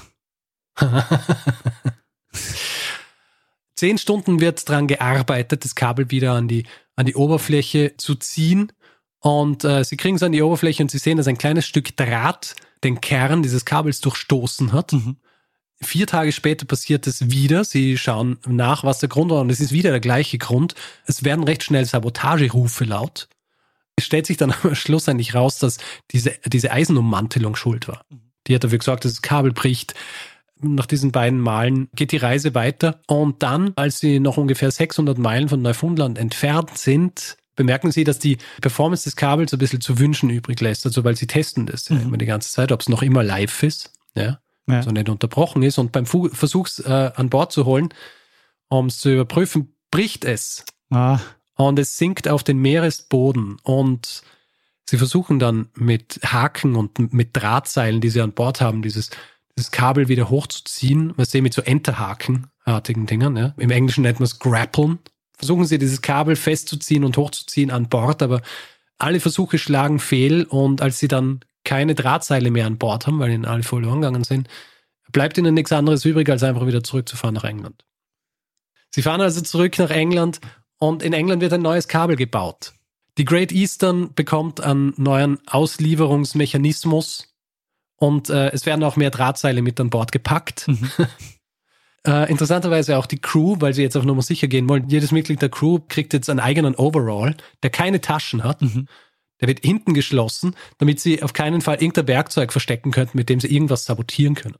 10 Stunden wird dran gearbeitet, das Kabel wieder an die Oberfläche zu ziehen. Und sie kriegen es an die Oberfläche und sie sehen, dass ein kleines Stück Draht den Kern dieses Kabels durchstoßen hat. Mhm. 4 Tage später passiert es wieder. Sie schauen nach, was der Grund war, und es ist wieder der gleiche Grund. Es werden recht schnell Sabotagerufe laut. Es stellt sich dann am Schluss eigentlich raus, dass diese Eisenummantelung schuld war. Die hat dafür gesorgt, dass das Kabel bricht. Nach diesen beiden Malen geht die Reise weiter. Und dann, als sie noch ungefähr 600 Meilen von Neufundland entfernt sind, bemerken sie, dass die Performance des Kabels ein bisschen zu wünschen übrig lässt. Also, weil sie testen das ja immer die ganze Zeit, ob es noch immer live ist. Ja. So nicht unterbrochen ist, und beim Versuch an Bord zu holen, um es zu überprüfen, bricht es. Und es sinkt auf den Meeresboden, und sie versuchen dann mit Haken und mit Drahtseilen, die sie an Bord haben, dieses Kabel wieder hochzuziehen, was sie mit so Enterhakenartigen Dingern, ja. Im Englischen nennt man es Grappeln. Versuchen sie, dieses Kabel festzuziehen und hochzuziehen an Bord, aber alle Versuche schlagen fehl, und als sie dann keine Drahtseile mehr an Bord haben, weil ihnen alle verloren gegangen sind, bleibt ihnen nichts anderes übrig, als einfach wieder zurückzufahren nach England. Sie fahren also zurück nach England, und in England wird ein neues Kabel gebaut. Die Great Eastern bekommt einen neuen Auslieferungsmechanismus, und es werden auch mehr Drahtseile mit an Bord gepackt. Mhm. Interessanterweise auch die Crew, weil sie jetzt auf Nummer sicher gehen wollen. Jedes Mitglied der Crew kriegt jetzt einen eigenen Overall, der keine Taschen hat. Mhm. Der wird hinten geschlossen, damit sie auf keinen Fall irgendein Werkzeug verstecken könnten, mit dem sie irgendwas sabotieren können.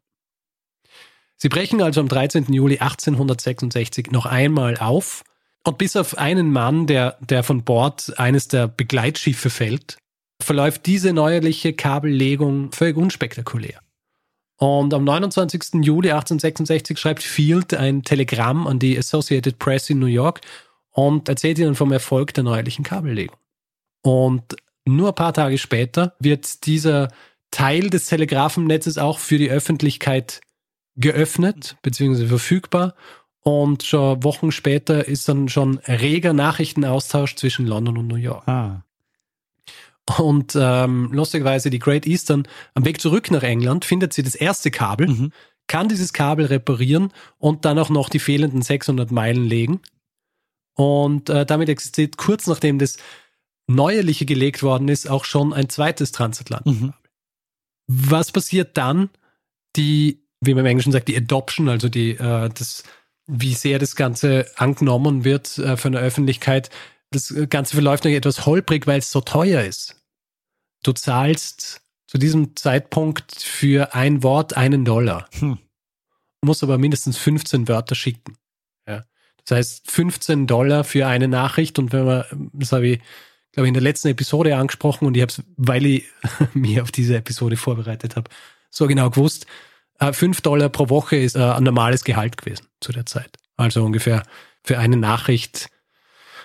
Sie brechen also am 13. Juli 1866 noch einmal auf, und bis auf einen Mann, der von Bord eines der Begleitschiffe fällt, verläuft diese neuerliche Kabellegung völlig unspektakulär. Und am 29. Juli 1866 schreibt Field ein Telegramm an die Associated Press in New York und erzählt ihnen vom Erfolg der neuerlichen Kabellegung. Und nur ein paar Tage später wird dieser Teil des Telegrafennetzes auch für die Öffentlichkeit geöffnet bzw. verfügbar. Und schon Wochen später ist dann schon reger Nachrichtenaustausch zwischen London und New York. Und lustigerweise die Great Eastern am Weg zurück nach England findet sie das erste Kabel, kann dieses Kabel reparieren und dann auch noch die fehlenden 600 Meilen legen. Und damit existiert kurz nachdem das Neuerliche gelegt worden ist, auch schon ein zweites Transatlantikkabel. Was passiert dann? Wie man im Englischen sagt, die Adoption, also wie sehr das Ganze angenommen wird von der Öffentlichkeit. Das Ganze verläuft noch etwas holprig, weil es so teuer ist. Du zahlst zu diesem Zeitpunkt für ein Wort $1. Du musst aber mindestens 15 Wörter schicken. Ja. Das heißt $15 für eine Nachricht, und wenn man, das habe ich, glaube ich, in der letzten Episode angesprochen, und ich habe es, weil ich mich auf diese Episode vorbereitet habe, so genau gewusst, $5 pro Woche ist ein normales Gehalt gewesen zu der Zeit. Also ungefähr für eine Nachricht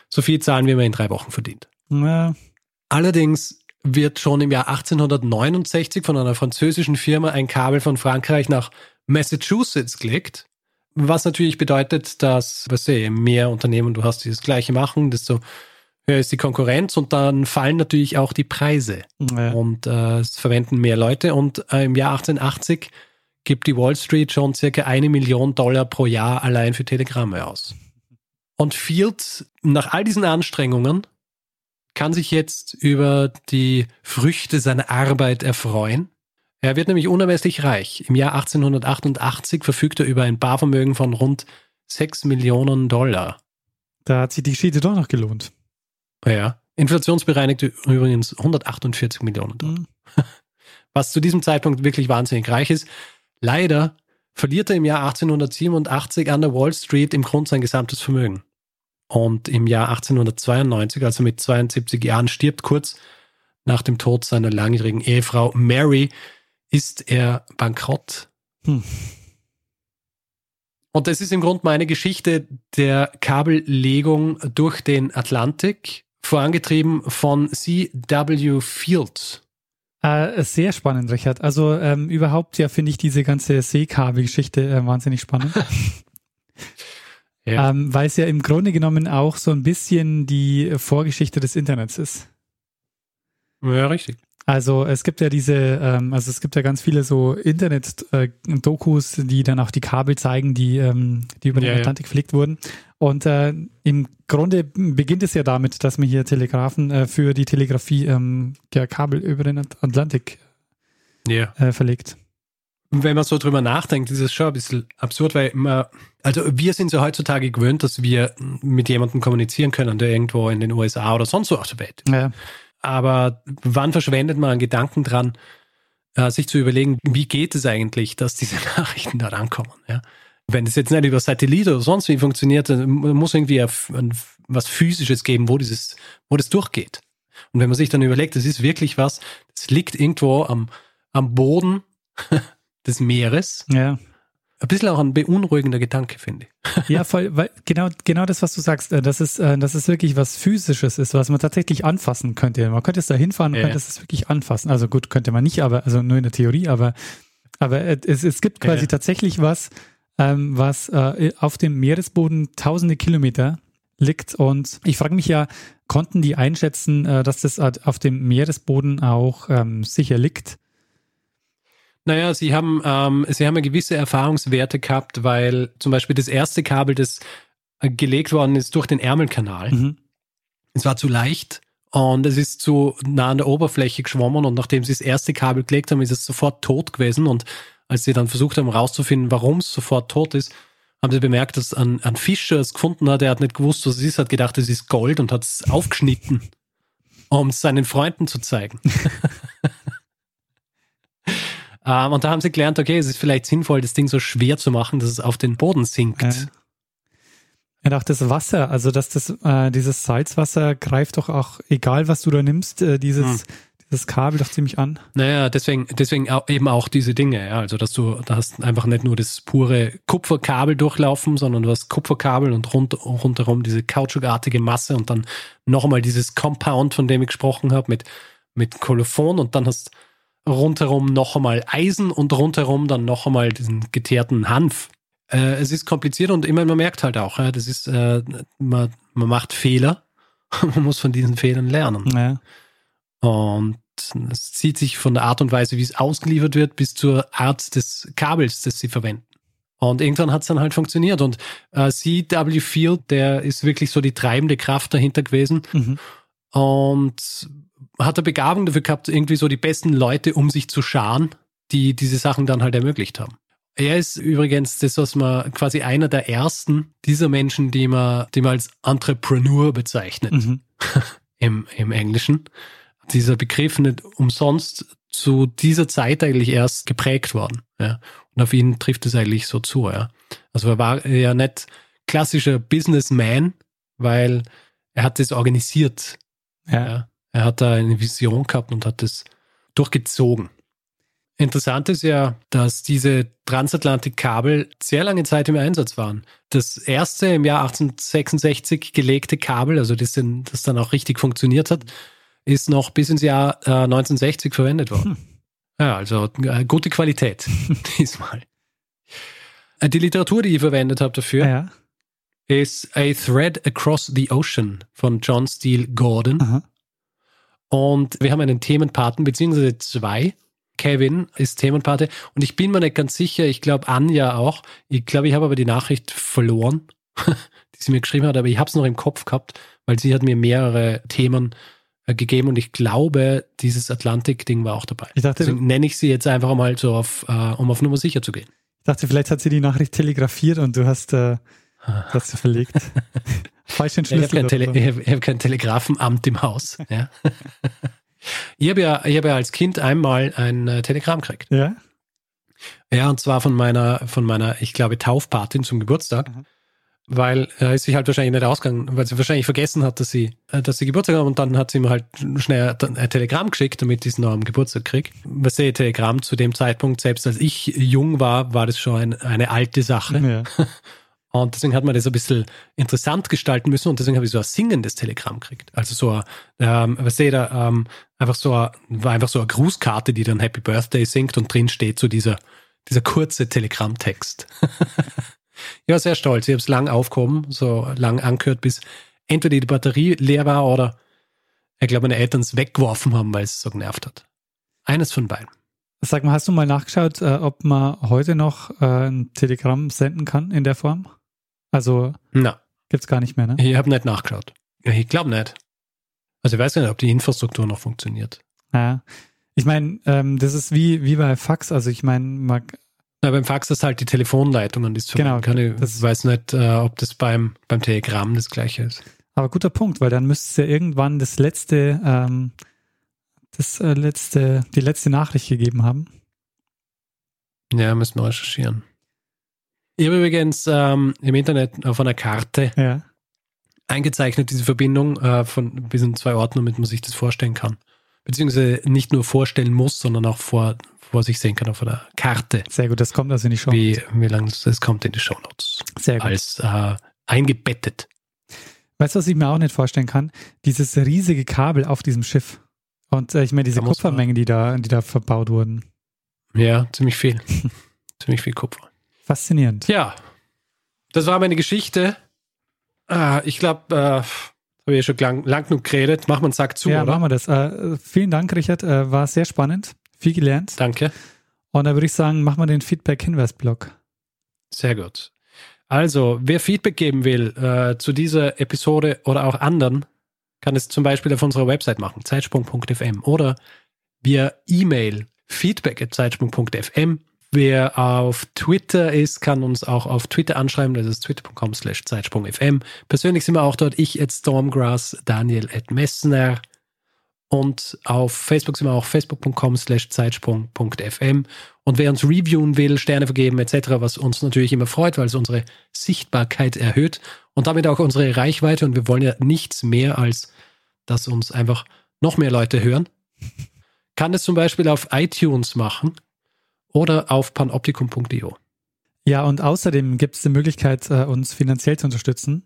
so viel zahlen, wie man in 3 Wochen verdient. Ja. Allerdings wird schon im Jahr 1869 von einer französischen Firma ein Kabel von Frankreich nach Massachusetts gelegt, was natürlich bedeutet, dass, je mehr Unternehmen du hast, die das Gleiche machen, desto höher ist die Konkurrenz und dann fallen natürlich auch die Preise. Ja. Und es verwenden mehr Leute und im Jahr 1880 gibt die Wall Street schon circa $1 Million pro Jahr allein für Telegramme aus. Und Field, nach all diesen Anstrengungen, kann sich jetzt über die Früchte seiner Arbeit erfreuen. Er wird nämlich unermesslich reich. Im Jahr 1888 verfügt er über ein Barvermögen von rund $6 Millionen. Da hat sich die Geschichte doch noch gelohnt. Ja, inflationsbereinigt übrigens $148 Millionen. Was zu diesem Zeitpunkt wirklich wahnsinnig reich ist. Leider verliert er im Jahr 1887 an der Wall Street im Grunde sein gesamtes Vermögen. Und im Jahr 1892, also mit 72 Jahren, stirbt kurz nach dem Tod seiner langjährigen Ehefrau Mary, ist er bankrott. Und das ist im Grunde meine Geschichte der Kabellegung durch den Atlantik, vorangetrieben von C.W. Field. Sehr spannend, Richard. Also überhaupt finde ich diese ganze Seekabelgeschichte wahnsinnig spannend. Ja. Weil es ja im Grunde genommen auch so ein bisschen die Vorgeschichte des Internets ist. Ja, richtig. Also es gibt ja es gibt ja ganz viele so Internet-Dokus, die dann auch die Kabel zeigen, die über den Atlantik verlegt wurden. Und im Grunde beginnt es ja damit, dass man hier Telegrafen für die Telegrafie Kabel über den Atlantik verlegt. Wenn man so drüber nachdenkt, ist es schon ein bisschen absurd, weil wir sind so heutzutage gewöhnt, dass wir mit jemandem kommunizieren können, der irgendwo in den USA oder sonst wo auf der Welt ist. Ja. Aber wann verschwendet man einen Gedanken dran, sich zu überlegen, wie geht es eigentlich, dass diese Nachrichten dort ankommen? Ja? Wenn es jetzt nicht über Satellit oder sonst wie funktioniert, dann muss irgendwie was Physisches geben, wo das durchgeht. Und wenn man sich dann überlegt, das ist wirklich was, das liegt irgendwo am Boden des Meeres. Ja. Ein bisschen auch ein beunruhigender Gedanke, finde ich. Ja, voll, weil genau das, was du sagst, dass es wirklich was Physisches ist, was man tatsächlich anfassen könnte. Man könnte es da hinfahren und könnte es wirklich anfassen. Also gut, könnte man nicht, also nur in der Theorie, aber es gibt quasi tatsächlich was auf dem Meeresboden tausende Kilometer liegt. Und ich frage mich ja, konnten die einschätzen, dass das auf dem Meeresboden auch sicher liegt? Naja, sie haben ja gewisse Erfahrungswerte gehabt, weil zum Beispiel das erste Kabel, das gelegt worden ist durch den Ärmelkanal, es war zu leicht und es ist zu nah an der Oberfläche geschwommen und nachdem sie das erste Kabel gelegt haben, ist es sofort tot gewesen und als sie dann versucht haben herauszufinden, warum es sofort tot ist, haben sie bemerkt, dass ein Fischer es gefunden hat, der hat nicht gewusst, was es ist, hat gedacht, es ist Gold und hat es aufgeschnitten, um es seinen Freunden zu zeigen. Und da haben sie gelernt, okay, es ist vielleicht sinnvoll, das Ding so schwer zu machen, dass es auf den Boden sinkt. Und auch das Wasser, also dass dieses Salzwasser greift doch auch, egal was du da nimmst, dieses Kabel doch ziemlich an. Naja, deswegen eben auch diese Dinge, ja, also da hast einfach nicht nur das pure Kupferkabel durchlaufen, sondern du hast Kupferkabel und rundherum diese kautschukartige Masse und dann noch einmal dieses Compound, von dem ich gesprochen habe, mit Kolophon und dann hast rundherum noch einmal Eisen und rundherum dann noch einmal diesen geteerten Hanf. Es ist kompliziert und immer man merkt halt auch, das ist, man macht Fehler, man muss von diesen Fehlern lernen. Ja. Und es zieht sich von der Art und Weise, wie es ausgeliefert wird, bis zur Art des Kabels, das sie verwenden. Und irgendwann hat es dann halt funktioniert. Und C.W. Field, der ist wirklich so die treibende Kraft dahinter gewesen. Und hat eine Begabung dafür gehabt, irgendwie so die besten Leute um sich zu scharen, die diese Sachen dann halt ermöglicht haben. Er ist übrigens das, was man quasi einer der ersten dieser Menschen, die man als Entrepreneur bezeichnet, im Englischen. Dieser Begriff nicht umsonst zu dieser Zeit eigentlich erst geprägt worden. Ja. Und auf ihn trifft es eigentlich so zu. Ja. Also er war ja nicht klassischer Businessman, weil er hat das organisiert. Ja. Er hat da eine Vision gehabt und hat das durchgezogen. Interessant ist ja, dass diese Transatlantik-Kabel sehr lange Zeit im Einsatz waren. Das erste im Jahr 1866 gelegte Kabel, also das dann auch richtig funktioniert hat, ist noch bis ins Jahr 1960 verwendet worden. Ja, also gute Qualität diesmal. Die Literatur, die ich verwendet habe dafür, ist A Thread Across the Ocean von John Steele Gordon. Aha. Und wir haben einen Themenpaten, beziehungsweise 2. Kevin ist Themenpate. Und ich bin mir nicht ganz sicher, ich glaube Anja auch. Ich glaube, ich habe aber die Nachricht verloren, die sie mir geschrieben hat, aber ich habe es noch im Kopf gehabt, weil sie hat mir mehrere Themen gegeben und ich glaube, dieses Atlantik-Ding war auch dabei. Deswegen nenne ich sie jetzt einfach mal so um auf Nummer sicher zu gehen. Ich dachte, vielleicht hat sie die Nachricht telegrafiert und du hast sie verlegt. Falschen Schlüssel. Ich habe kein Telegrafenamt im Haus. Ja. Ich habe ja als Kind einmal ein Telegramm gekriegt. Ja? Ja, und zwar von meiner, ich glaube, Taufpatin zum Geburtstag. Mhm. Weil ist sich halt wahrscheinlich nicht ausgegangen, weil sie wahrscheinlich vergessen hat, dass sie Geburtstag haben und dann hat sie mir halt schnell ein Telegramm geschickt, damit ich es noch am Geburtstag kriege. Was sehe, Telegramm zu dem Zeitpunkt, selbst als ich jung war das schon eine alte Sache. Ja. Und deswegen hat man das ein bisschen interessant gestalten müssen und deswegen habe ich so ein singendes Telegramm gekriegt. Also so war einfach so eine Grußkarte, die dann Happy Birthday singt und drin steht so dieser kurze Telegrammtext. Ich war sehr stolz. Ich habe es lang aufgehoben, so lang angehört, bis entweder die Batterie leer war oder ich glaube, meine Eltern es weggeworfen haben, weil es so genervt hat. Eines von beiden. Sag mal, hast du mal nachgeschaut, ob man heute noch ein Telegramm senden kann in der Form? Also gibt's gar nicht mehr, ne? Ich habe nicht nachgeschaut. Ich glaube nicht. Also ich weiß nicht, ob die Infrastruktur noch funktioniert. Ja, ich meine, das ist wie bei Fax. Also ich meine, beim Fax ist halt die Telefonleitung und das verwenden. Ich weiß nicht, ob das beim Telegramm das Gleiche ist. Aber guter Punkt, weil dann müsste es ja irgendwann die letzte Nachricht gegeben haben. Ja, müssen wir recherchieren. Ich habe übrigens im Internet auf einer Karte eingezeichnet, diese Verbindung von diesen 2 Orten, damit man sich das vorstellen kann. Beziehungsweise nicht nur vorstellen muss, sondern auch vor sich sehen kann auf einer Karte. Sehr gut, das kommt also in die Shownotes. Wie lange das kommt in die Shownotes. Sehr gut. Als eingebettet. Weißt du, was ich mir auch nicht vorstellen kann? Dieses riesige Kabel auf diesem Schiff. Und ich meine, diese Kupfermengen, die da verbaut wurden. Ja, ziemlich viel. Ziemlich viel Kupfer. Faszinierend. Ja, das war meine Geschichte. Ich glaube, habe ich schon lang genug geredet. Machen wir einen Sack zu, oder? Ja, machen wir das. Vielen Dank, Richard. War sehr spannend. Viel gelernt. Danke. Und da würde ich sagen, machen wir den Feedback-Hinweis-Blog. Sehr gut. Also, wer Feedback geben will zu dieser Episode oder auch anderen, kann es zum Beispiel auf unserer Website machen, zeitsprung.fm oder via E-Mail feedback@zeitsprung.fm. Wer auf Twitter ist, kann uns auch auf Twitter anschreiben. Das ist twitter.com/zeitsprung.fm. Persönlich sind wir auch dort. Ich @Stormgrass, Daniel @Messner. Und auf Facebook sind wir auch facebook.com/zeitsprung.fm. Und wer uns reviewen will, Sterne vergeben etc., was uns natürlich immer freut, weil es unsere Sichtbarkeit erhöht und damit auch unsere Reichweite. Und wir wollen ja nichts mehr, als dass uns einfach noch mehr Leute hören. Kann es zum Beispiel auf iTunes machen oder auf panoptikum.io. Ja, und außerdem gibt es die Möglichkeit, uns finanziell zu unterstützen.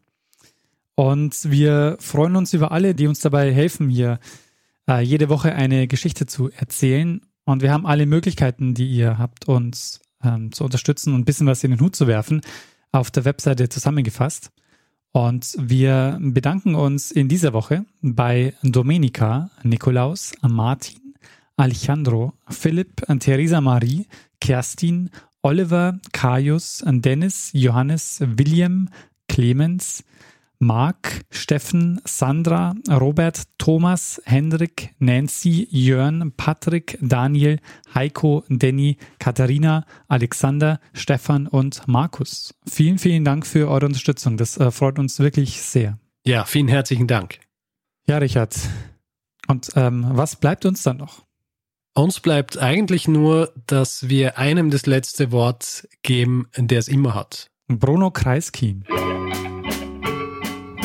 Und wir freuen uns über alle, die uns dabei helfen, hier jede Woche eine Geschichte zu erzählen. Und wir haben alle Möglichkeiten, die ihr habt, uns zu unterstützen und ein bisschen was in den Hut zu werfen, auf der Webseite zusammengefasst. Und wir bedanken uns in dieser Woche bei Domenica, Nikolaus, Martin, Alejandro, Philipp, Theresa Marie, Kerstin, Oliver, Kaius, Dennis, Johannes, William, Clemens, Marc, Steffen, Sandra, Robert, Thomas, Hendrik, Nancy, Jörn, Patrick, Daniel, Heiko, Danny, Katharina, Alexander, Stefan und Markus. Vielen, vielen Dank für eure Unterstützung. Das freut uns wirklich sehr. Ja, vielen herzlichen Dank. Ja, Richard. Und was bleibt uns dann noch? Uns bleibt eigentlich nur, dass wir einem das letzte Wort geben, der es immer hat. Bruno Kreisky.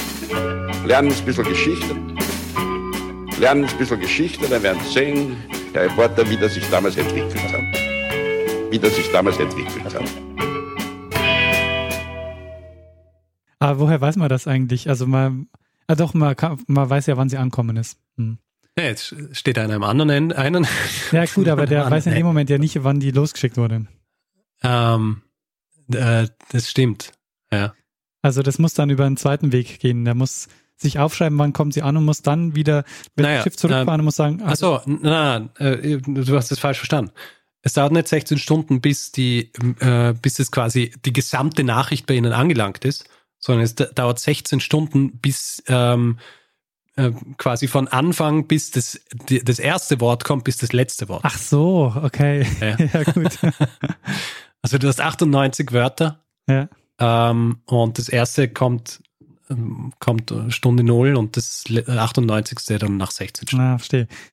Lernen ein bisschen Geschichte. Dann werden Sie sehen, Der Reporter, wie das sich damals entwickelt hat. Aber woher weiß man das eigentlich? Also man weiß ja, wann sie ankommen ist. Ja, jetzt steht einer am anderen einen. Ja gut, aber der weiß in dem Moment ja nicht, wann die losgeschickt wurde. Das stimmt, ja. Also das muss dann über einen zweiten Weg gehen. Der muss sich aufschreiben, wann kommt sie an und muss dann wieder mit dem Schiff zurückfahren und muss sagen... du hast das falsch verstanden. Es dauert nicht 16 Stunden, bis es quasi die gesamte Nachricht bei Ihnen angelangt ist, sondern es dauert 16 Stunden, bis quasi von Anfang bis das erste Wort kommt, bis das letzte Wort. Ach so, okay. Ja gut. Also du hast 98 Wörter. Ja. Und das erste kommt Stunde 0 und das 98. dann nach 16 Stunden. Na, verstehe.